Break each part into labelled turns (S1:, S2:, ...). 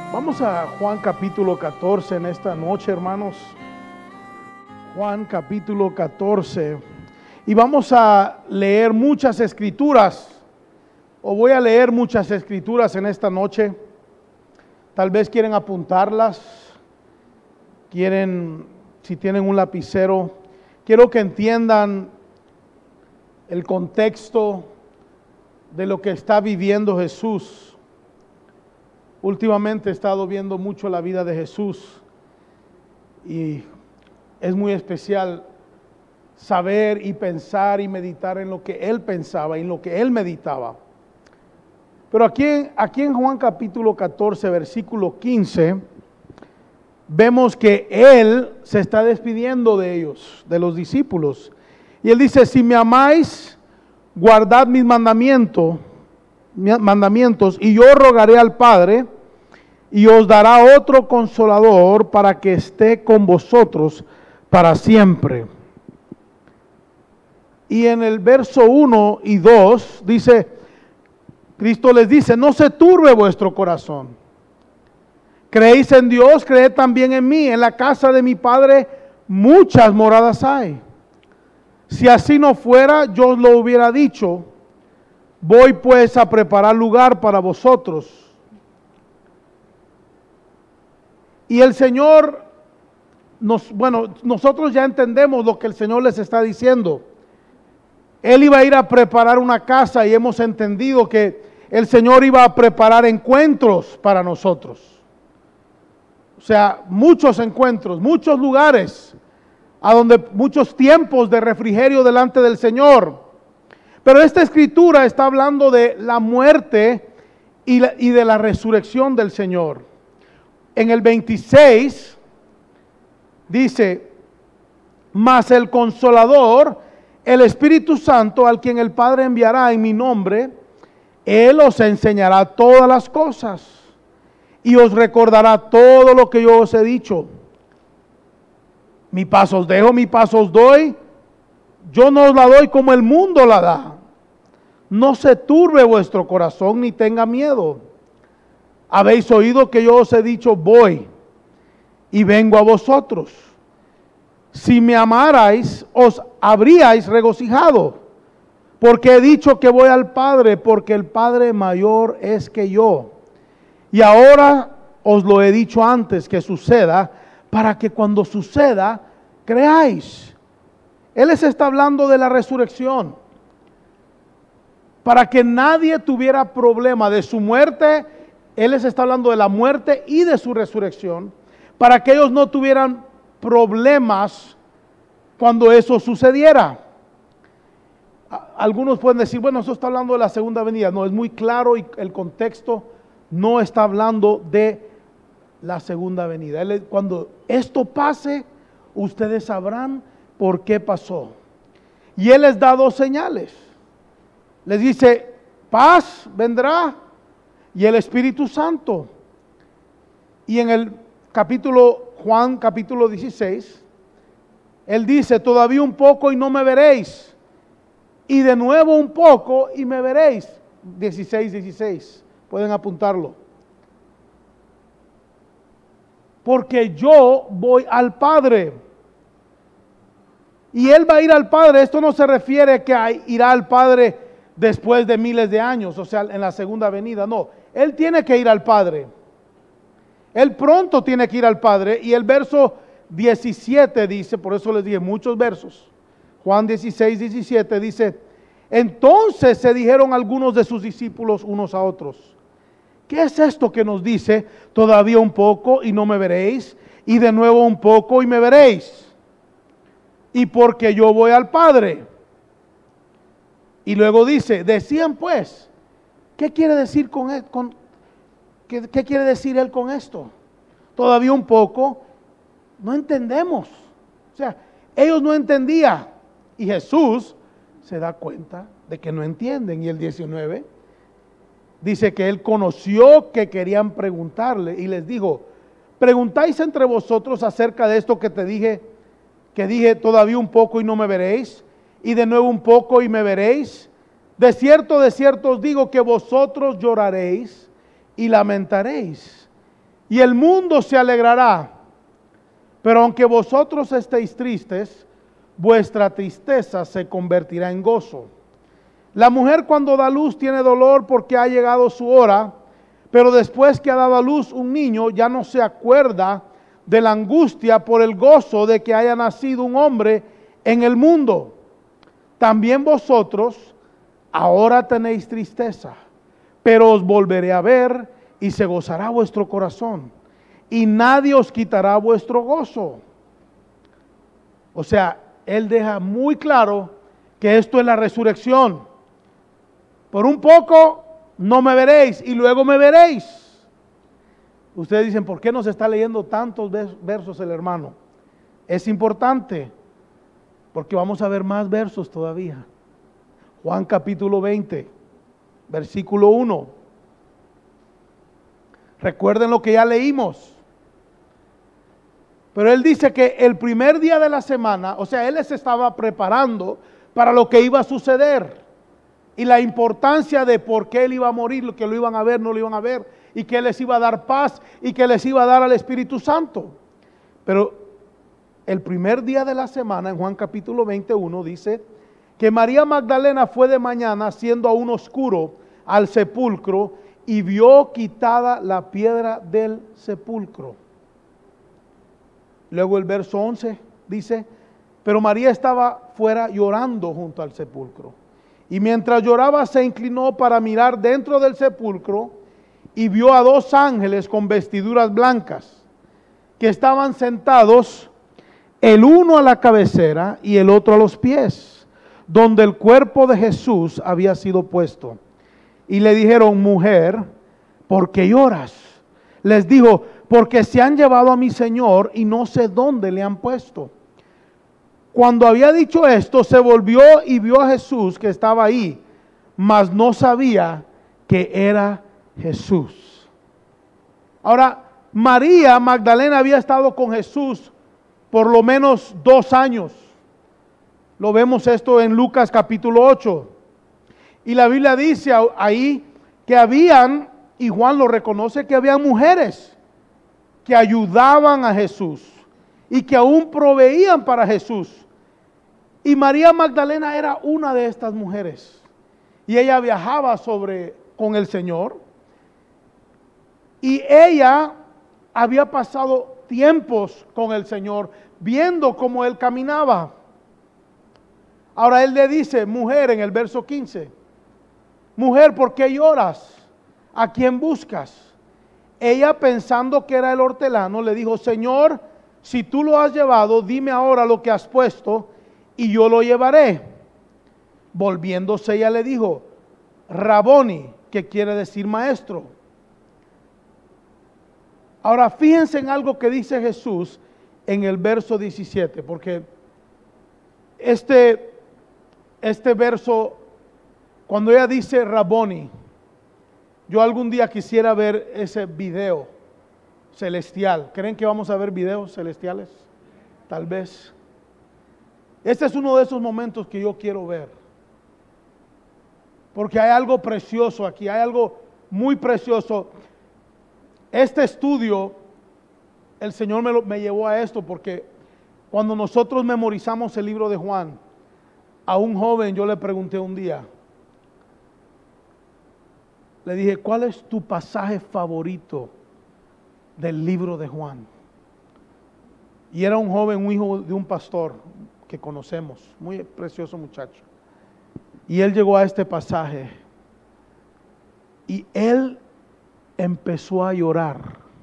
S1: Vamos a Juan capítulo 14 en esta noche, hermanos. Juan capítulo 14. Y vamos a leer muchas escrituras, o voy a leer muchas escrituras en esta noche. Tal vez quieren apuntarlas, si tienen un lapicero. Quiero que entiendan el contexto de lo que está viviendo Jesús. Últimamente he estado viendo mucho la vida de Jesús y es muy especial saber y pensar y meditar en lo que Él pensaba y en lo que Él meditaba. Pero aquí en Juan capítulo 14, versículo 15, vemos que Él se está despidiendo de ellos, de los discípulos. Y Él dice: si me amáis, guardad mis mandamientos, y yo rogaré al Padre, y os dará otro consolador para que esté con vosotros para siempre. Y en el verso 1 y 2 dice, Cristo les dice: no se turbe vuestro corazón. Creéis en Dios, creed también en mí. En la casa de mi Padre muchas moradas hay. Si así no fuera, yo os lo hubiera dicho. Voy pues a preparar lugar para vosotros. Y el Señor, nosotros ya entendemos lo que el Señor les está diciendo. Él iba a ir a preparar una casa y hemos entendido que el Señor iba a preparar encuentros para nosotros. O sea, muchos encuentros, muchos lugares, muchos tiempos de refrigerio delante del Señor. Pero esta escritura está hablando de la muerte y de la resurrección del Señor. En el 26 dice: mas el Consolador, el Espíritu Santo, al quien el Padre enviará en mi nombre, Él os enseñará todas las cosas y os recordará todo lo que yo os he dicho. Mi paz os dejo, mi paz os doy. Yo no os la doy como el mundo la da. No se turbe vuestro corazón ni tenga miedo. Habéis oído que yo os he dicho: voy y vengo a vosotros. Si me amarais, os habríais regocijado, porque he dicho que voy al Padre, porque el Padre mayor es que yo. Y ahora os lo he dicho antes que suceda, para que cuando suceda, creáis. Él les está hablando de la resurrección, para que nadie tuviera problema de su muerte. Él les está hablando de la muerte y de su resurrección, para que ellos no tuvieran problemas cuando eso sucediera. Algunos pueden decir: bueno, eso está hablando de la segunda venida. No, es muy claro, y el contexto no está hablando de la segunda venida. Cuando esto pase, ustedes sabrán por qué pasó. Y Él les da dos señales. Les dice: paz vendrá, y el Espíritu Santo. Y en el Juan capítulo 16, Él dice: todavía un poco y no me veréis, y de nuevo un poco y me veréis. 16, pueden apuntarlo. Porque yo voy al Padre. Y Él va a ir al Padre. Esto no se refiere a que irá al Padre después de miles de años, o sea, en la segunda venida. No, Él tiene que ir al Padre. Él pronto tiene que ir al Padre. Y el verso 17 dice, por eso les dije muchos versos, Juan 16, 17 dice: entonces se dijeron algunos de sus discípulos unos a otros: ¿qué es esto que nos dice, todavía un poco y no me veréis, y de nuevo un poco y me veréis? Y porque yo voy al Padre. Y luego dice: decían pues, ¿qué quiere decir ¿qué quiere decir Él con esto? Todavía un poco, no entendemos. O sea, ellos no entendían. Y Jesús se da cuenta de que no entienden. Y el 19 dice que Él conoció que querían preguntarle y les dijo: ¿preguntáis entre vosotros acerca de esto que dije todavía un poco y no me veréis, y de nuevo un poco y me veréis? De cierto os digo que vosotros lloraréis y lamentaréis, y el mundo se alegrará. Pero aunque vosotros estéis tristes, vuestra tristeza se convertirá en gozo. La mujer cuando da luz tiene dolor porque ha llegado su hora, pero después que ha dado a luz un niño ya no se acuerda de la angustia por el gozo de que haya nacido un hombre en el mundo. También vosotros ahora tenéis tristeza, pero os volveré a ver y se gozará vuestro corazón, y nadie os quitará vuestro gozo. O sea, él deja muy claro que esto es la resurrección. Por un poco no me veréis y luego me veréis. Ustedes dicen, ¿por qué nos está leyendo tantos versos el hermano? Es importante, porque vamos a ver más versos todavía. Juan capítulo 20, versículo 1. Recuerden lo que ya leímos. Pero él dice que el primer día de la semana, o sea, él se estaba preparando para lo que iba a suceder. Y la importancia de por qué él iba a morir, que lo iban a ver, no lo iban a ver, y que les iba a dar paz y que les iba a dar al Espíritu Santo. Pero el primer día de la semana, en Juan capítulo 21, dice que María Magdalena fue de mañana, siendo aún oscuro, al sepulcro y vio quitada la piedra del sepulcro. Luego el verso 11 dice, pero María estaba fuera llorando junto al sepulcro. Y mientras lloraba se inclinó para mirar dentro del sepulcro y vio a dos ángeles con vestiduras blancas que estaban sentados, el uno a la cabecera y el otro a los pies, donde el cuerpo de Jesús había sido puesto. Y le dijeron, mujer, ¿por qué lloras? Les dijo, porque se han llevado a mi Señor y no sé dónde le han puesto. Cuando había dicho esto, se volvió y vio a Jesús que estaba ahí, mas no sabía que era Jesús. Ahora, María Magdalena había estado con Jesús por lo menos 2 años. Lo vemos esto en Lucas capítulo 8. Y la Biblia dice ahí que habían, y Juan lo reconoce, que habían mujeres que ayudaban a Jesús y que aún proveían para Jesús. Y María Magdalena era una de estas mujeres. Y ella viajaba con el Señor. Y ella había pasado tiempos con el Señor, viendo cómo Él caminaba. Ahora Él le dice, mujer, en el verso 15, mujer, ¿por qué lloras? ¿A quién buscas? Ella, pensando que era el hortelano, le dijo, Señor, si tú lo has llevado, dime ahora lo que has puesto y yo lo llevaré. Volviéndose ella le dijo, Raboni, que quiere decir maestro. Ahora fíjense en algo que dice Jesús en el verso 17, porque este verso, cuando ella dice Raboni, yo algún día quisiera ver ese video celestial. ¿Creen que vamos a ver videos celestiales? Tal vez. Este es uno de esos momentos que yo quiero ver. Porque hay algo precioso aquí, hay algo muy precioso. Este estudio, el Señor me llevó a esto porque cuando nosotros memorizamos el libro de Juan, a un joven yo le pregunté un día, le dije, ¿cuál es tu pasaje favorito del libro de Juan? Y era un joven, un hijo de un pastor que conocemos, muy precioso muchacho. Y él llegó a este pasaje y él empezó a llorar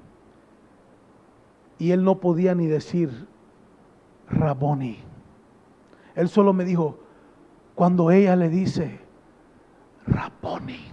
S1: y él no podía ni decir Raboni. Él solo me dijo, cuando ella le dice Raboni,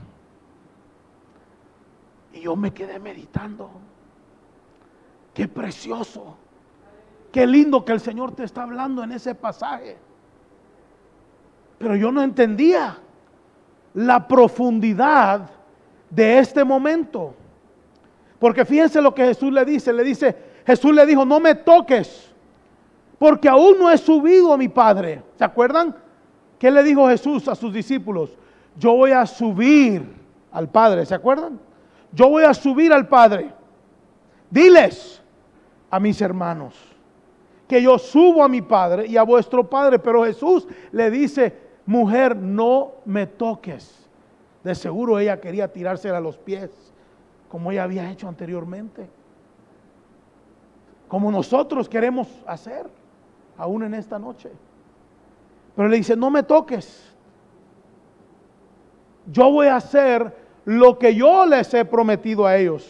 S1: y yo me quedé meditando, qué precioso, qué lindo que el Señor te está hablando en ese pasaje. Pero yo no entendía la profundidad de este momento. Porque fíjense lo que Jesús le dice, Jesús le dijo, no me toques, porque aún no he subido a mi Padre. ¿Se acuerdan? ¿Qué le dijo Jesús a sus discípulos? Yo voy a subir al Padre, ¿se acuerdan? Yo voy a subir al Padre. diles a mis hermanos que yo subo a mi Padre y a vuestro Padre. Pero Jesús le dice: mujer, no me toques. De seguro ella quería tirársela a los pies, como ella había hecho anteriormente, como nosotros queremos hacer aún en esta noche. Pero le dice: no me toques, yo voy a hacer lo que yo les he prometido a ellos.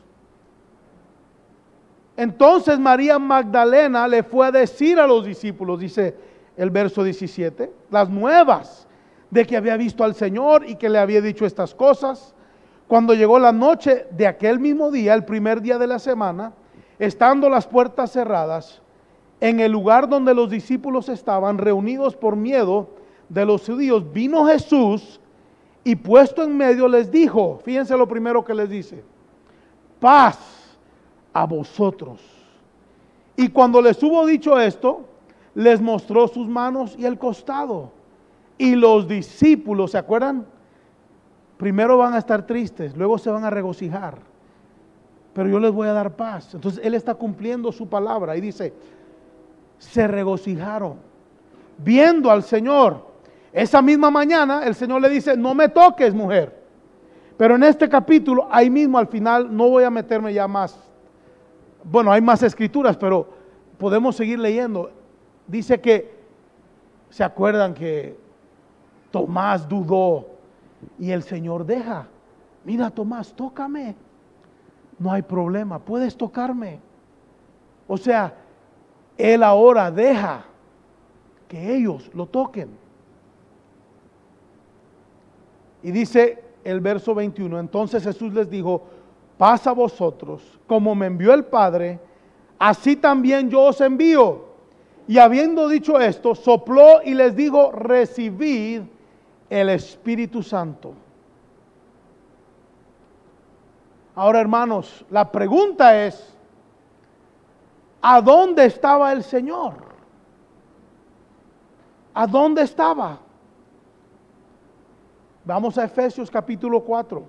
S1: Entonces María Magdalena le fue a decir a los discípulos, dice el verso 17, las nuevas de que había visto al Señor y que le había dicho estas cosas. Cuando llegó la noche de aquel mismo día, el primer día de la semana, estando las puertas cerradas, en el lugar donde los discípulos estaban reunidos por miedo de los judíos, vino Jesús y puesto en medio les dijo, fíjense lo primero que les dice: paz a vosotros. Y cuando les hubo dicho esto, les mostró sus manos y el costado. Y los discípulos, ¿se acuerdan? Primero van a estar tristes, luego se van a regocijar, pero yo les voy a dar paz. Entonces Él está cumpliendo su palabra y dice: se regocijaron viendo al Señor. Esa misma mañana el Señor le dice: no me toques, mujer. Pero en este capítulo, ahí mismo al final, no voy a meterme ya más. Bueno, hay más escrituras, pero podemos seguir leyendo. Dice que, ¿se acuerdan que Tomás dudó y el Señor deja? Mira, Tomás, tócame. No hay problema, puedes tocarme. O sea, Él ahora deja que ellos lo toquen. Y dice el verso 21, entonces Jesús les dijo: paz a vosotros, como me envió el Padre, así también yo os envío. Y habiendo dicho esto, sopló y les dijo: recibid el Espíritu Santo. Ahora, hermanos, la pregunta es: ¿a dónde estaba el Señor? ¿A dónde estaba? Vamos a Efesios capítulo 4.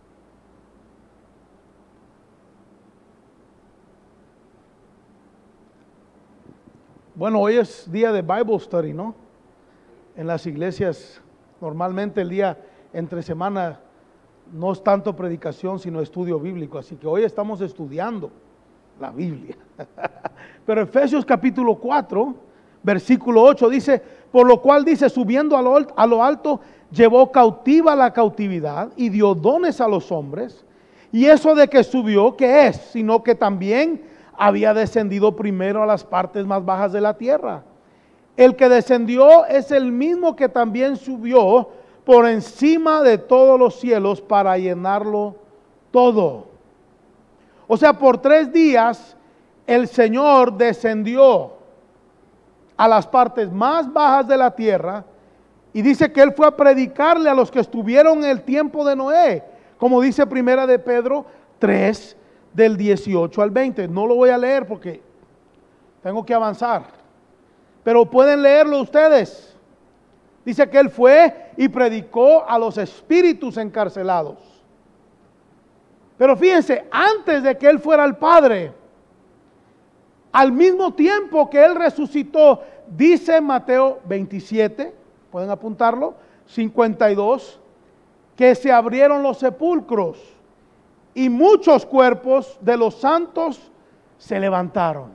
S1: Bueno, hoy es día de Bible Study, ¿no? En las iglesias, normalmente el día entre semana no es tanto predicación, sino estudio bíblico. Así que hoy estamos estudiando la Biblia. Pero Efesios capítulo 4, versículo 8 dice: por lo cual dice, subiendo a lo alto, llevó cautiva la cautividad y dio dones a los hombres. Y eso de que subió, ¿qué es? Sino que también había descendido primero a las partes más bajas de la tierra. El que descendió es el mismo que también subió por encima de todos los cielos para llenarlo todo. O sea, por 3 días el Señor descendió a las partes más bajas de la tierra y dice que Él fue a predicarle a los que estuvieron en el tiempo de Noé, como dice primera de Pedro 3, del 18 al 20. No lo voy a leer porque tengo que avanzar, pero pueden leerlo ustedes. Dice que Él fue y predicó a los espíritus encarcelados. Pero fíjense, antes de que Él fuera al Padre, al mismo tiempo que Él resucitó, dice Mateo 27, pueden apuntarlo, 52, que se abrieron los sepulcros y muchos cuerpos de los santos se levantaron.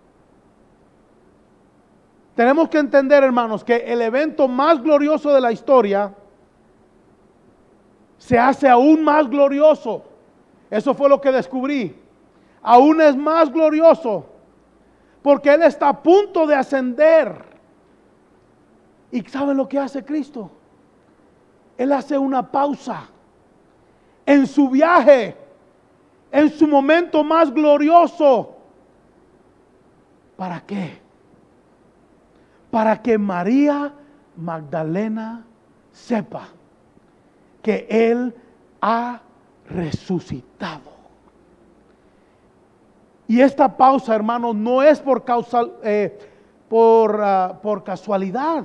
S1: Tenemos que entender, hermanos, que el evento más glorioso de la historia se hace aún más glorioso. Eso fue lo que descubrí. Aún es más glorioso porque Él está a punto de ascender. ¿Y saben lo que hace Cristo? Él hace una pausa en su viaje, en su momento más glorioso. ¿Para qué? Para que María Magdalena sepa que Él ha resucitado. Y esta pausa, hermanos, no es por casualidad.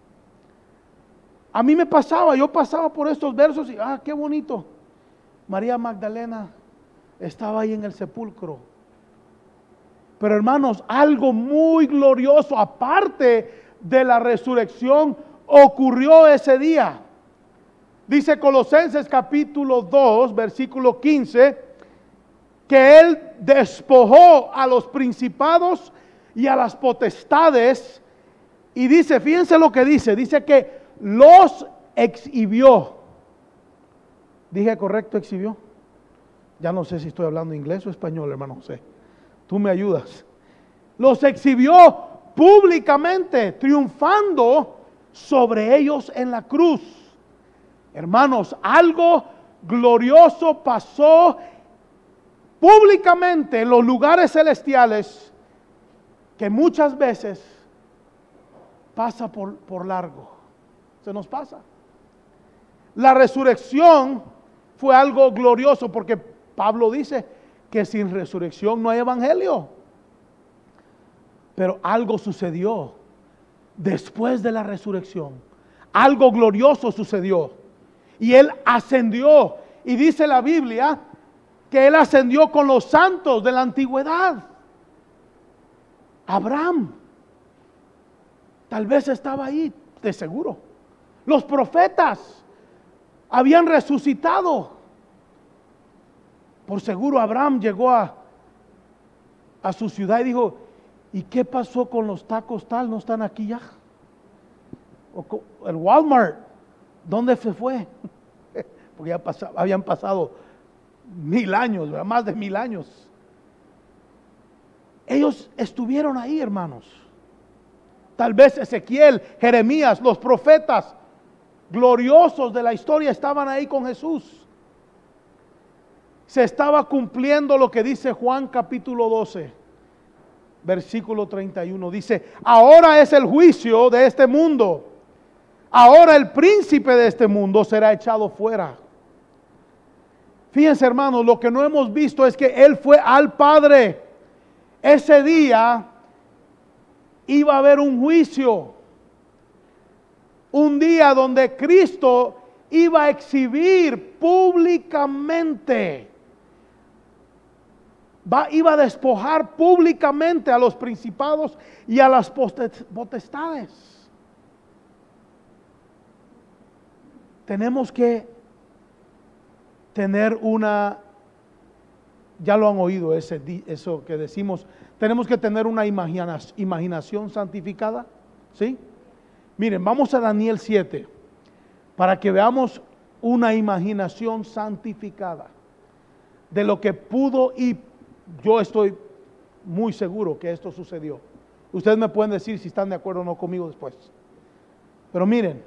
S1: A mí me pasaba, yo pasaba por estos versos y qué bonito. María Magdalena estaba ahí en el sepulcro Pero hermanos, algo muy glorioso, aparte de la resurrección, ocurrió ese día. Dice Colosenses capítulo 2, versículo 15, que Él despojó a los principados y a las potestades. Y dice, fíjense lo que dice que los exhibió. Dije correcto, exhibió. Ya no sé si estoy hablando inglés o español, hermano José. Tú me ayudas. Los exhibió públicamente, triunfando sobre ellos en la cruz. Hermanos, algo glorioso pasó públicamente en los lugares celestiales que muchas veces pasa por largo. Se nos pasa. La resurrección fue algo glorioso porque Pablo dice que sin resurrección no hay evangelio. Pero algo sucedió después de la resurrección. Algo glorioso sucedió. Y Él ascendió. Y dice la Biblia que Él ascendió con los santos de la antigüedad. Abraham tal vez estaba ahí, de seguro. Los profetas habían resucitado. Por seguro Abraham llegó a su ciudad y dijo, ¿y qué pasó con los tacos tal? ¿No están aquí ya? O el Walmart, ¿dónde se fue? Porque ya habían pasado 1000 años, ¿verdad? Más de 1000 años. Ellos estuvieron ahí, hermanos. Tal vez Ezequiel, Jeremías, los profetas gloriosos de la historia estaban ahí con Jesús. Se estaba cumpliendo lo que dice Juan capítulo 12, versículo 31. Dice, ahora es el juicio de este mundo. Ahora el príncipe de este mundo será echado fuera. Fíjense, hermanos, lo que no hemos visto es que Él fue al Padre. Ese día iba a haber un juicio. Un día donde Cristo iba a exhibir públicamente, iba a despojar públicamente a los principados y a las potestades. Tenemos que tener ya lo han oído eso que decimos, tenemos que tener una imaginación santificada, ¿sí? Miren, vamos a Daniel 7 para que veamos una imaginación santificada de lo que pudo, y yo estoy muy seguro que esto sucedió. Ustedes me pueden decir si están de acuerdo o no conmigo después. Pero miren,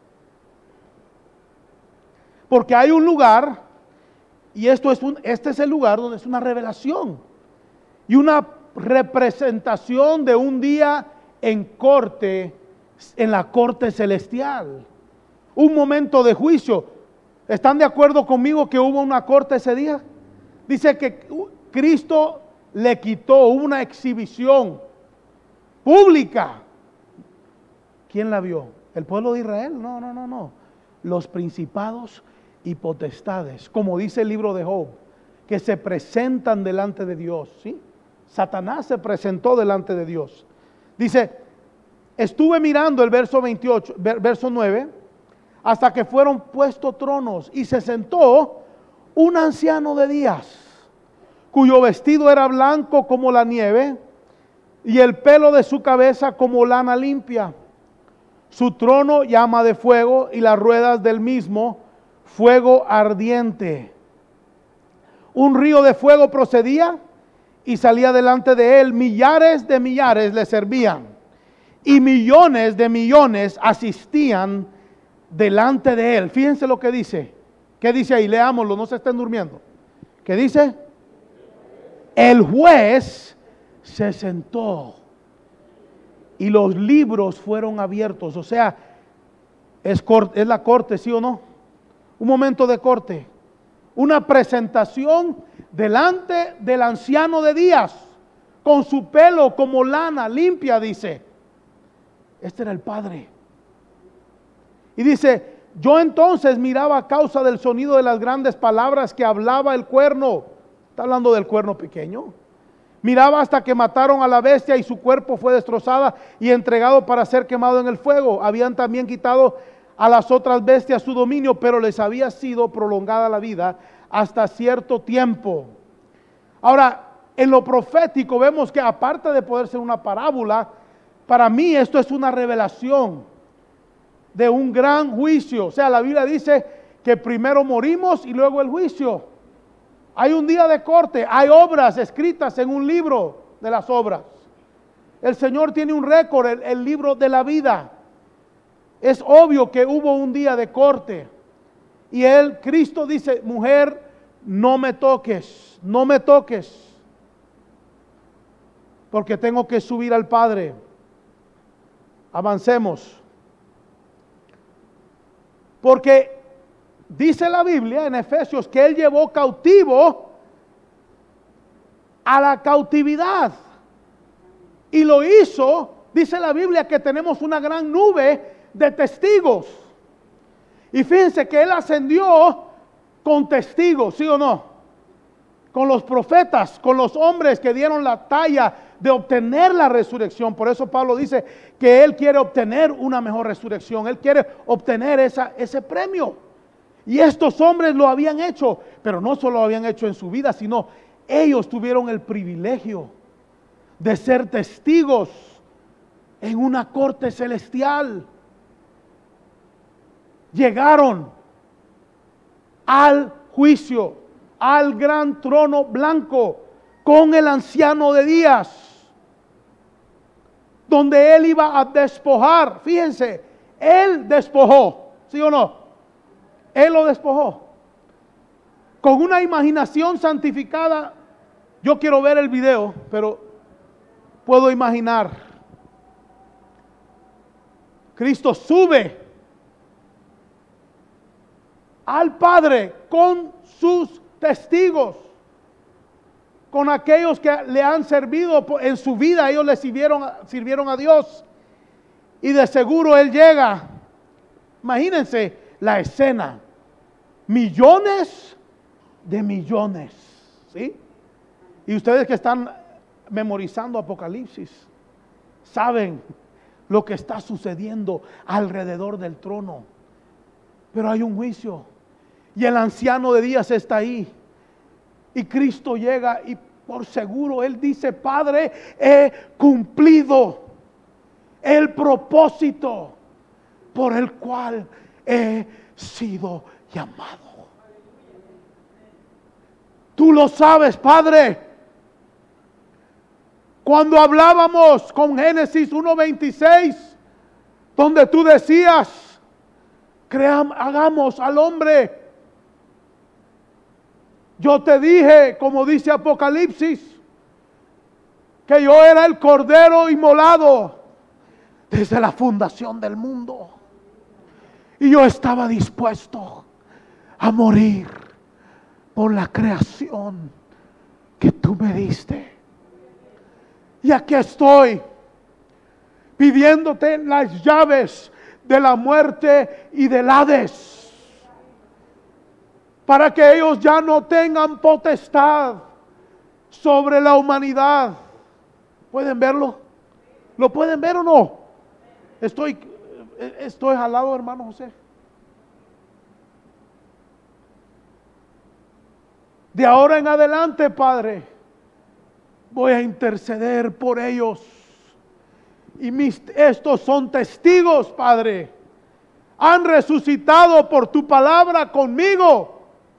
S1: porque hay un lugar, y este es el lugar donde es una revelación y una representación de un día en la corte celestial. Un momento de juicio. ¿Están de acuerdo conmigo que hubo una corte ese día? Dice que Cristo le quitó una exhibición pública. ¿Quién la vio? ¿El pueblo de Israel? No. Los principados y potestades, como dice el libro de Job, que se presentan delante de Dios, ¿sí? Satanás se presentó delante de Dios. Dice, estuve mirando el verso 28, verso 9, hasta que fueron puestos tronos y se sentó un anciano de días, cuyo vestido era blanco como la nieve y el pelo de su cabeza como lana limpia. Su trono llama de fuego y las ruedas del mismo fuego ardiente. Un río de fuego procedía y salía delante de él. Millares de millares le servían y millones de millones asistían delante de él. Fíjense lo que dice. ¿Qué dice ahí? Leámoslo, no se estén durmiendo. ¿Qué dice? El juez se sentó y los libros fueron abiertos. O sea, es la corte, ¿sí o no? Un momento de corte. Una presentación delante del anciano de días, con su pelo como lana limpia, dice. Este era el Padre. Y dice, yo entonces miraba a causa del sonido de las grandes palabras que hablaba el cuerno. Está hablando del cuerno pequeño. Miraba hasta que mataron a la bestia y su cuerpo fue destrozada y entregado para ser quemado en el fuego. Habían también quitado a las otras bestias su dominio, pero les había sido prolongada la vida hasta cierto tiempo. Ahora, en lo profético vemos que aparte de poder ser una parábola, para mí esto es una revelación de un gran juicio. O sea, la Biblia dice que primero morimos y luego el juicio. Hay un día de corte, hay obras escritas en un libro de las obras. El Señor tiene un récord, el libro de la vida. Es obvio que hubo un día de corte. Y Cristo dice, mujer, no me toques, no me toques, porque tengo que subir al Padre. Avancemos. Porque dice la Biblia en Efesios que Él llevó cautivo a la cautividad. Y lo hizo, dice la Biblia, que tenemos una gran nube de testigos. Y fíjense que Él ascendió con testigos, ¿sí o no? Con los profetas, con los hombres que dieron la talla de obtener la resurrección. Por eso Pablo dice que él quiere obtener una mejor resurrección. Él quiere obtener ese premio. Y estos hombres lo habían hecho, pero no solo lo habían hecho en su vida, sino ellos tuvieron el privilegio de ser testigos en una corte celestial. Llegaron al juicio, al gran trono blanco con el anciano de días, donde él iba a despojar. Fíjense, él despojó, ¿sí o no? Él lo despojó con una imaginación santificada. Yo quiero ver el video, pero puedo imaginar. Cristo sube al Padre con sus testigos, con aquellos que le han servido en su vida. Ellos le sirvieron a Dios, y de seguro Él llega. Imagínense la escena, millones de millones, ¿sí? Y ustedes que están memorizando Apocalipsis saben lo que está sucediendo alrededor del trono. Pero hay un juicio y el anciano de días está ahí. Y Cristo llega y por seguro Él dice: Padre, he cumplido el propósito por el cual he sido llamado. Tú lo sabes, Padre. Cuando hablábamos con Génesis 1:26, donde tú decías: hagamos al hombre. Yo te dije, como dice Apocalipsis, que yo era el cordero inmolado desde la fundación del mundo. Y yo estaba dispuesto a morir por la creación que tú me diste. Y aquí estoy pidiéndote las llaves de la muerte y del Hades, para que ellos ya no tengan potestad sobre la humanidad. ¿Pueden verlo? ¿Lo pueden ver o no? Estoy jalado, hermano José. De ahora en adelante, Padre, voy a interceder por ellos. Y estos son testigos, Padre. Han resucitado por tu palabra conmigo.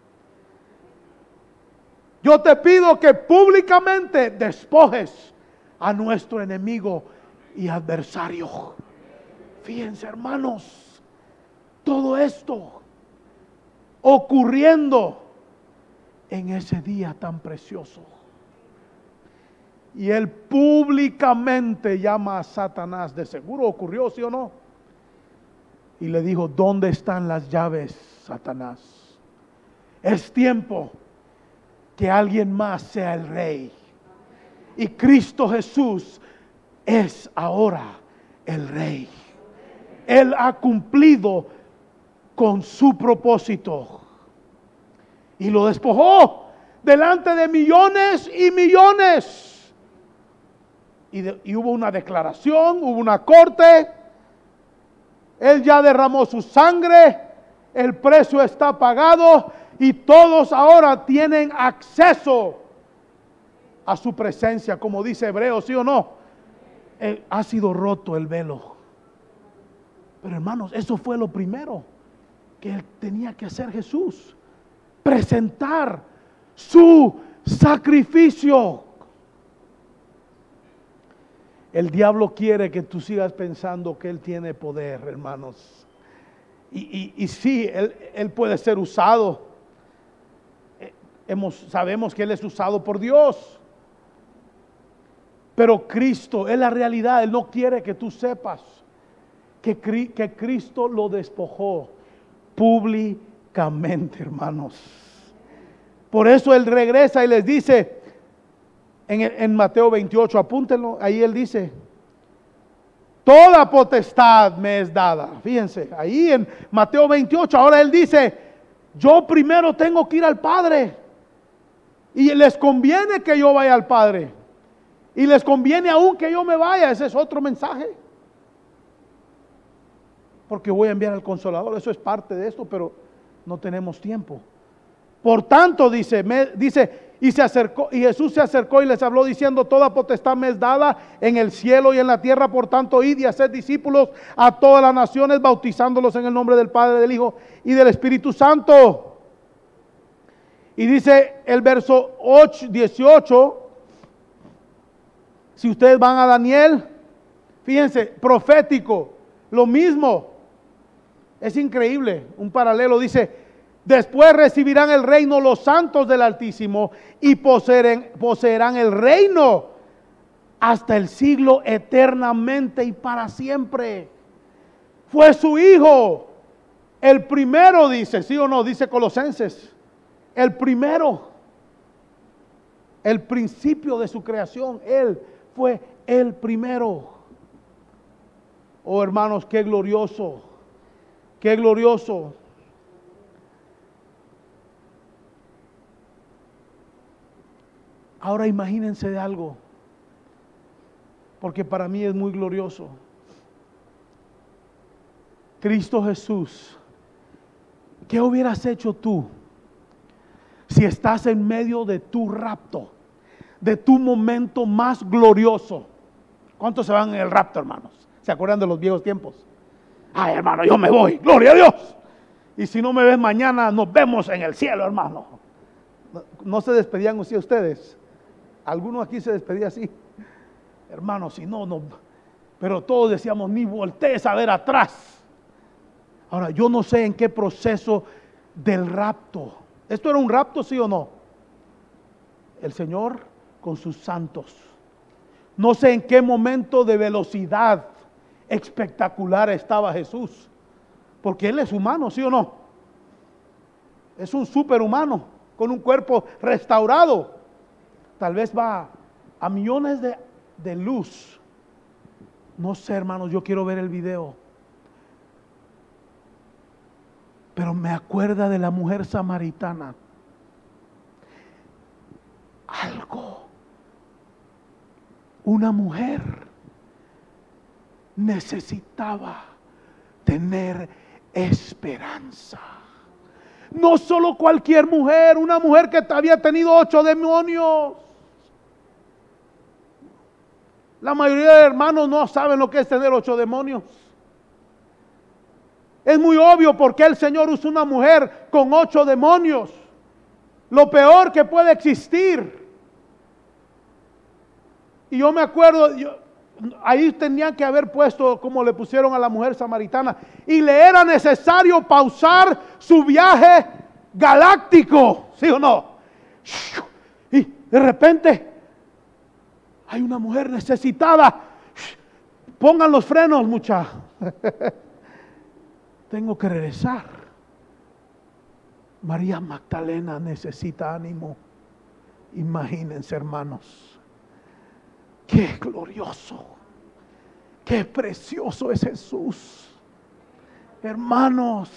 S1: Yo te pido que públicamente despojes a nuestro enemigo y adversario. Fíjense, hermanos, todo esto ocurriendo en ese día tan precioso. Y él públicamente llama a Satanás. De seguro ocurrió, ¿sí o no? Y le dijo: ¿dónde están las llaves, Satanás? Es tiempo que alguien más sea el rey. Y Cristo Jesús es ahora el rey. Él ha cumplido con su propósito y lo despojó delante de millones y millones y hubo una declaración, hubo una corte. Él ya derramó su sangre, el precio está pagado y todos ahora tienen acceso a su presencia, como dice Hebreos, ¿sí o no? Ha sido roto el velo. Pero hermanos, eso fue lo primero que él tenía que hacer Jesús: presentar su sacrificio. El diablo quiere que tú sigas pensando que él tiene poder, hermanos. Y sí, él puede ser usado. Sabemos que él es usado por Dios. Pero Cristo es la realidad. Él no quiere que tú sepas que Cristo lo despojó públicamente, hermanos. Por eso él regresa y les dice en Mateo 28, apúntenlo, ahí él dice: toda potestad me es dada. Fíjense, ahí en Mateo 28, ahora él dice: yo primero tengo que ir al Padre. Y les conviene que yo vaya al Padre. Y les conviene aún que yo me vaya. Ese es otro mensaje. Porque voy a enviar al Consolador. Eso es parte de esto, pero no tenemos tiempo. Por tanto, dice, y se acercó, y Jesús se acercó y les habló diciendo: toda potestad me es dada en el cielo y en la tierra. Por tanto, id y haced discípulos a todas las naciones, bautizándolos en el nombre del Padre, del Hijo y del Espíritu Santo. Y dice el verso 18, si ustedes van a Daniel, fíjense, profético, lo mismo. Es increíble, un paralelo. Dice: después recibirán el reino los santos del Altísimo y poseerán el reino hasta el siglo, eternamente y para siempre. Fue su Hijo el primero, dice, ¿sí o no? Dice Colosenses, el primero, el principio de su creación. Él fue el primero. Oh, hermanos, qué glorioso, qué glorioso. Ahora imagínense de algo, porque para mí es muy glorioso. Cristo Jesús, ¿qué hubieras hecho tú si estás en medio de tu rapto, de tu momento más glorioso? ¿Cuántos se van en el rapto, hermanos? ¿Se acuerdan de los viejos tiempos? Ay, hermano, yo me voy, gloria a Dios. Y si no me ves mañana, nos vemos en el cielo, hermano. ¿No se despedían así ustedes? Algunos aquí se despedía así. Hermano, si no, no. Pero todos decíamos: ni voltees a ver atrás. Ahora, yo no sé en qué proceso del rapto. ¿Esto era un rapto, sí o no? El Señor con sus santos. No sé en qué momento de velocidad espectacular estaba Jesús. Porque Él es humano, ¿sí o no? Es un superhumano con un cuerpo restaurado. Tal vez va a millones de luz. No sé, hermanos, yo quiero ver el video. Pero me acuerda de la mujer samaritana. Algo. Una mujer necesitaba tener esperanza. No solo cualquier mujer, una mujer que había tenido 8 demonios. La mayoría de hermanos no saben lo que es tener 8 demonios. Es muy obvio por qué el Señor usó una mujer con 8 demonios. Lo peor que puede existir. Y yo me acuerdo, ahí tenían que haber puesto como le pusieron a la mujer samaritana. Y le era necesario pausar su viaje galáctico, ¿sí o no? Y de repente hay una mujer necesitada. Pongan los frenos, mucha. Tengo que regresar. María Magdalena necesita ánimo. Imagínense, hermanos. Qué glorioso, qué precioso es Jesús. Hermanos,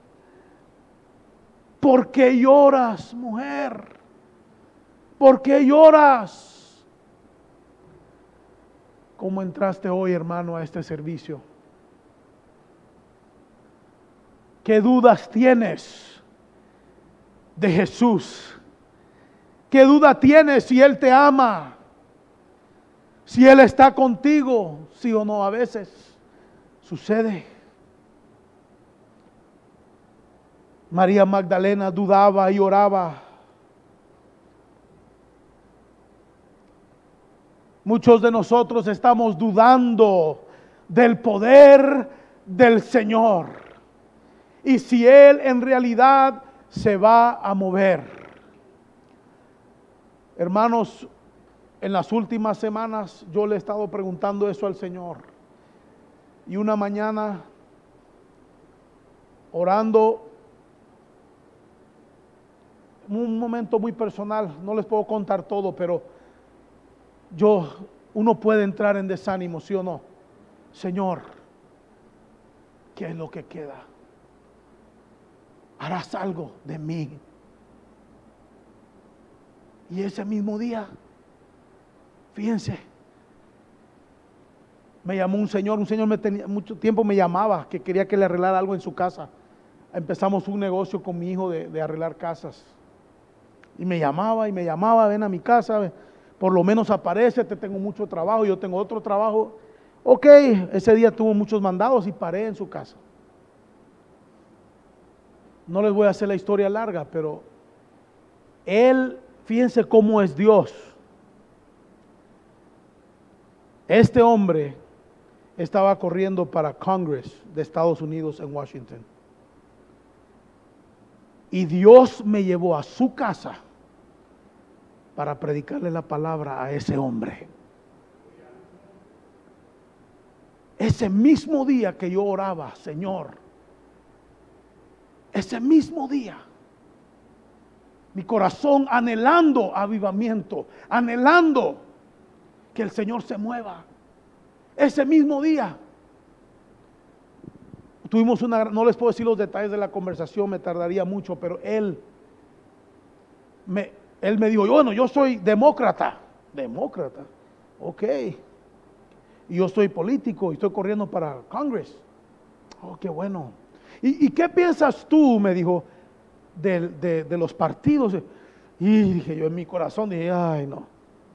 S1: ¿por qué lloras, mujer? ¿Por qué lloras? ¿Cómo entraste hoy, hermano, a este servicio? ¿Qué dudas tienes de Jesús? ¿Qué duda tienes si Él te ama? Si Él está contigo, sí o no, a veces sucede. María Magdalena dudaba y oraba. Muchos de nosotros estamos dudando del poder del Señor y si Él en realidad se va a mover. Hermanos, en las últimas semanas yo le he estado preguntando eso al Señor. Y una mañana, orando, un momento muy personal, no les puedo contar todo, pero uno puede entrar en desánimo, ¿sí o no? Señor, ¿qué es lo que queda? Harás algo de mí. Y ese mismo día, fíjense, me llamó un señor mucho tiempo me llamaba, que quería que le arreglara algo en su casa. Empezamos un negocio con mi hijo de arreglar casas. Y me llamaba, ven a mi casa, por lo menos aparece, te tengo mucho trabajo, yo tengo otro trabajo. Ok, ese día tuvo muchos mandados y paré en su casa. No les voy a hacer la historia larga, pero él, fíjense cómo es Dios. Este hombre estaba corriendo para Congress de Estados Unidos en Washington. Y Dios me llevó a su casa para predicarle la palabra a ese hombre. Ese mismo día que yo oraba, Señor, ese mismo día, mi corazón anhelando avivamiento, anhelando que el Señor se mueva. Ese mismo día tuvimos no les puedo decir los detalles de la conversación, me tardaría mucho, pero él me dijo, bueno, yo soy demócrata, ok, y yo soy político y estoy corriendo para Congress. Oh, qué bueno. ¿Y qué piensas tú? Me dijo, de los partidos. Y dije yo en mi corazón, dije, ay no.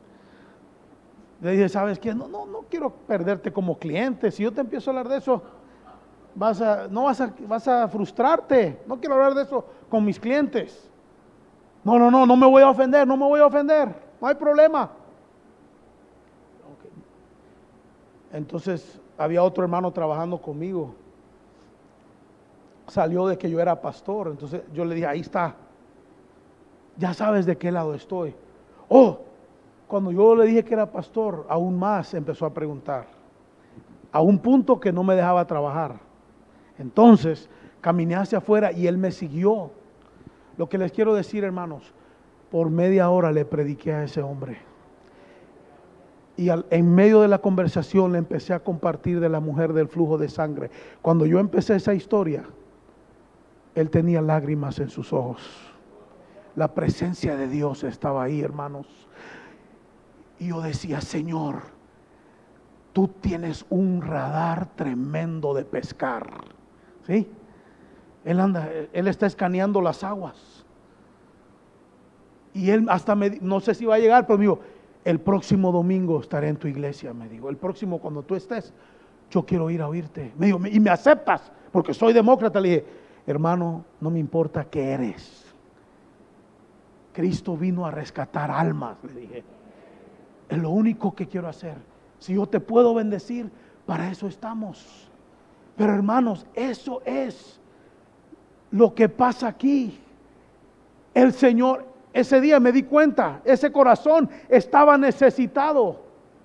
S1: Le dije, ¿sabes qué? No quiero perderte como cliente. Si yo te empiezo a hablar de eso, vas a frustrarte. No quiero hablar de eso con mis clientes. No me voy a ofender, no hay problema. Okay. Entonces había otro hermano trabajando conmigo. Salió de que yo era pastor, entonces yo le dije, ahí está, ya sabes de qué lado estoy. Oh, cuando yo le dije que era pastor, aún más empezó a preguntar, a un punto que no me dejaba trabajar. Entonces caminé hacia afuera y él me siguió. Lo que les quiero decir, hermanos, por media hora le prediqué a ese hombre. Y en medio de la conversación le empecé a compartir de la mujer del flujo de sangre. Cuando yo empecé esa historia, él tenía lágrimas en sus ojos. La presencia de Dios estaba ahí, hermanos. Y yo decía, Señor, tú tienes un radar tremendo de pescar. ¿Sí? Él está escaneando las aguas. Y él hasta no sé si va a llegar, pero me dijo, el próximo domingo estaré en tu iglesia, me dijo. El próximo cuando tú estés, yo quiero ir a oírte. Me dijo, ¿y me aceptas? Porque soy demócrata. Le dije, hermano, no me importa qué eres. Cristo vino a rescatar almas, le dije. Es lo único que quiero hacer. Si yo te puedo bendecir, para eso estamos. Pero hermanos, eso es lo que pasa aquí. El Señor, ese día me di cuenta, ese corazón estaba necesitado.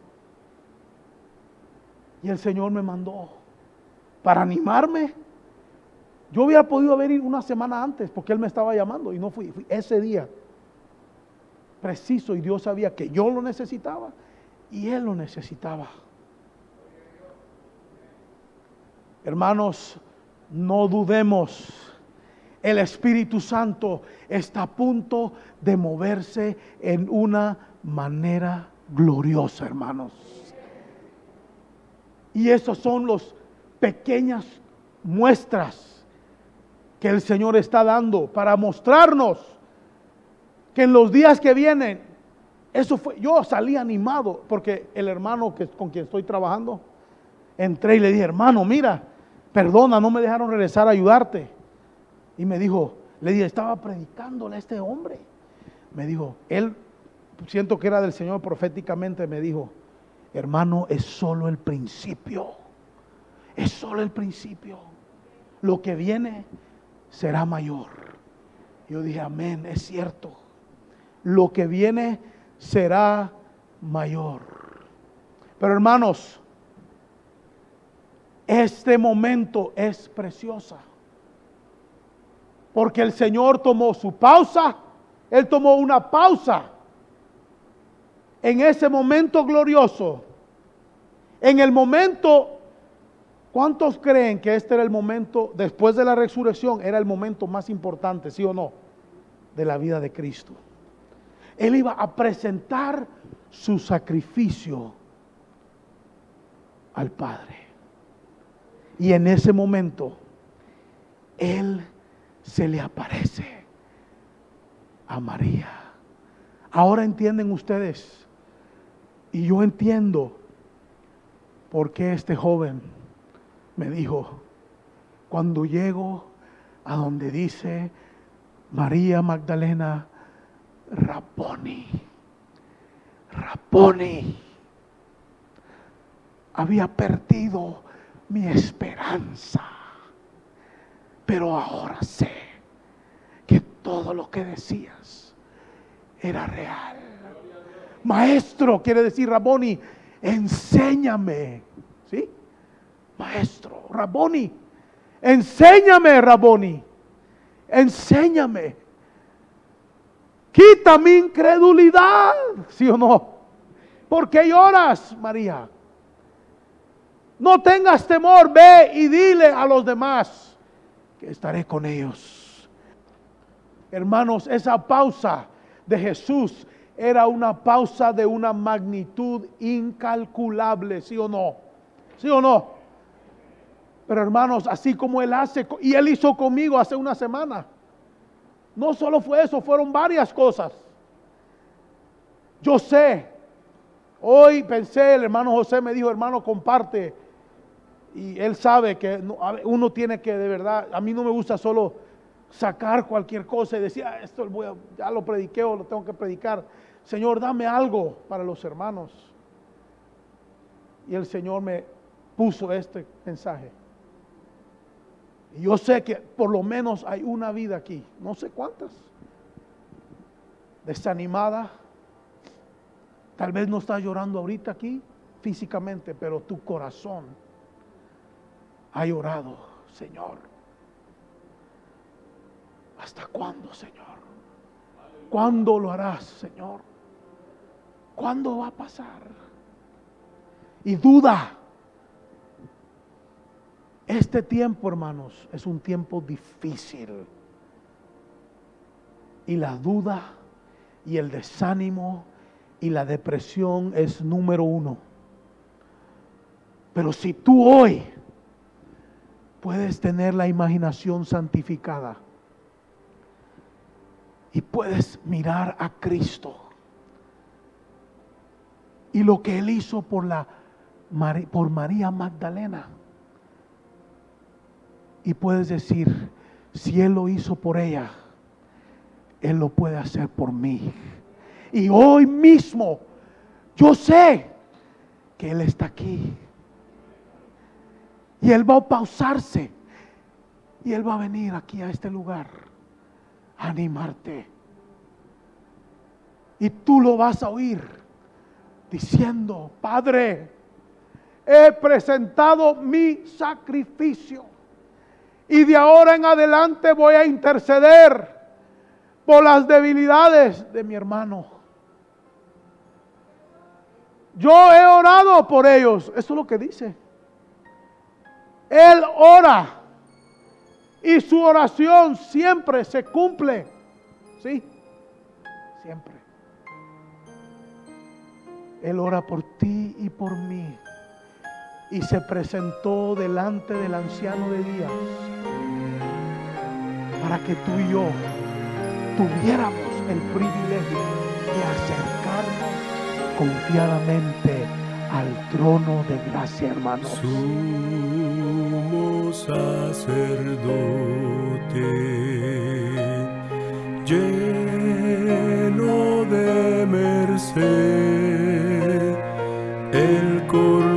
S1: Y el Señor me mandó para animarme. Yo hubiera podido haber ido una semana antes porque Él me estaba llamando y no fui ese día preciso, y Dios sabía que yo lo necesitaba y Él lo necesitaba. Hermanos, no dudemos. El Espíritu Santo está a punto de moverse en una manera gloriosa, hermanos. Y esos son los pequeñas muestras que el Señor está dando para mostrarnos que en los días que vienen, yo salí animado porque el hermano con quien estoy trabajando, entré y le dije, hermano, mira, perdona, no me dejaron regresar a ayudarte. Y me dijo, le dije, estaba predicándole a este hombre. Me dijo, él, siento que era del Señor proféticamente, me dijo, hermano, es solo el principio. Es solo el principio. Lo que viene será mayor. Yo dije, amén, es cierto. Lo que viene será mayor. Pero hermanos, este momento es preciosa. Porque el Señor tomó su pausa. Él tomó una pausa en ese momento glorioso. En el momento, ¿cuántos creen que este era el momento, después de la resurrección, era el momento más importante, sí o no, de la vida de Cristo? Él iba a presentar su sacrificio al Padre. Y en ese momento, Él se le aparece a María. Ahora entienden ustedes, y yo entiendo por qué este joven me dijo, cuando llego a donde dice María Magdalena, Rabboni, Rabboni, había perdido mi esperanza, pero ahora sé que todo lo que decías era real. Maestro, quiere decir Rabboni, enséñame, ¿sí? Maestro, Rabboni, enséñame, Rabboni, enséñame. Quita mi incredulidad, ¿sí o no? ¿Por qué lloras, María? No tengas temor, ve y dile a los demás que estaré con ellos. Hermanos, esa pausa de Jesús era una pausa de una magnitud incalculable, ¿sí o no? ¿Sí o no? Pero hermanos, así como Él hace, y Él hizo conmigo hace una semana. No solo fue eso, fueron varias cosas. Yo sé, hoy pensé, el hermano José me dijo, hermano, comparte. Y él sabe que uno tiene que, de verdad, a mí no me gusta solo sacar cualquier cosa y decir, esto ya lo prediqué o lo tengo que predicar. Señor, dame algo para los hermanos. Y el Señor me puso este mensaje. Y yo sé que por lo menos hay una vida aquí, no sé cuántas, desanimada. Tal vez no estás llorando ahorita aquí físicamente, pero tu corazón ha llorado, Señor. ¿Hasta cuándo, Señor? ¿Cuándo lo harás, Señor? ¿Cuándo va a pasar? Y duda. Este tiempo, hermanos, es un tiempo difícil. Y la duda y el desánimo y la depresión es número uno. Pero si tú hoy puedes tener la imaginación santificada y puedes mirar a Cristo y lo que Él hizo por María Magdalena, y puedes decir, si Él lo hizo por ella, Él lo puede hacer por mí. Y hoy mismo yo sé que Él está aquí. Y Él va a pausarse. Y Él va a venir aquí a este lugar a animarte. Y tú lo vas a oír diciendo, Padre, he presentado mi sacrificio. Y de ahora en adelante voy a interceder por las debilidades de mi hermano. Yo he orado por ellos. Eso es lo que dice. Él ora. Y su oración siempre se cumple. ¿Sí? Siempre. Él ora por ti y por mí. y se presentó delante del anciano de días para que tú y yo tuviéramos el privilegio de acercarnos confiadamente al trono de gracia, hermanos.
S2: Sumo sacerdote, lleno de merced, el Cordero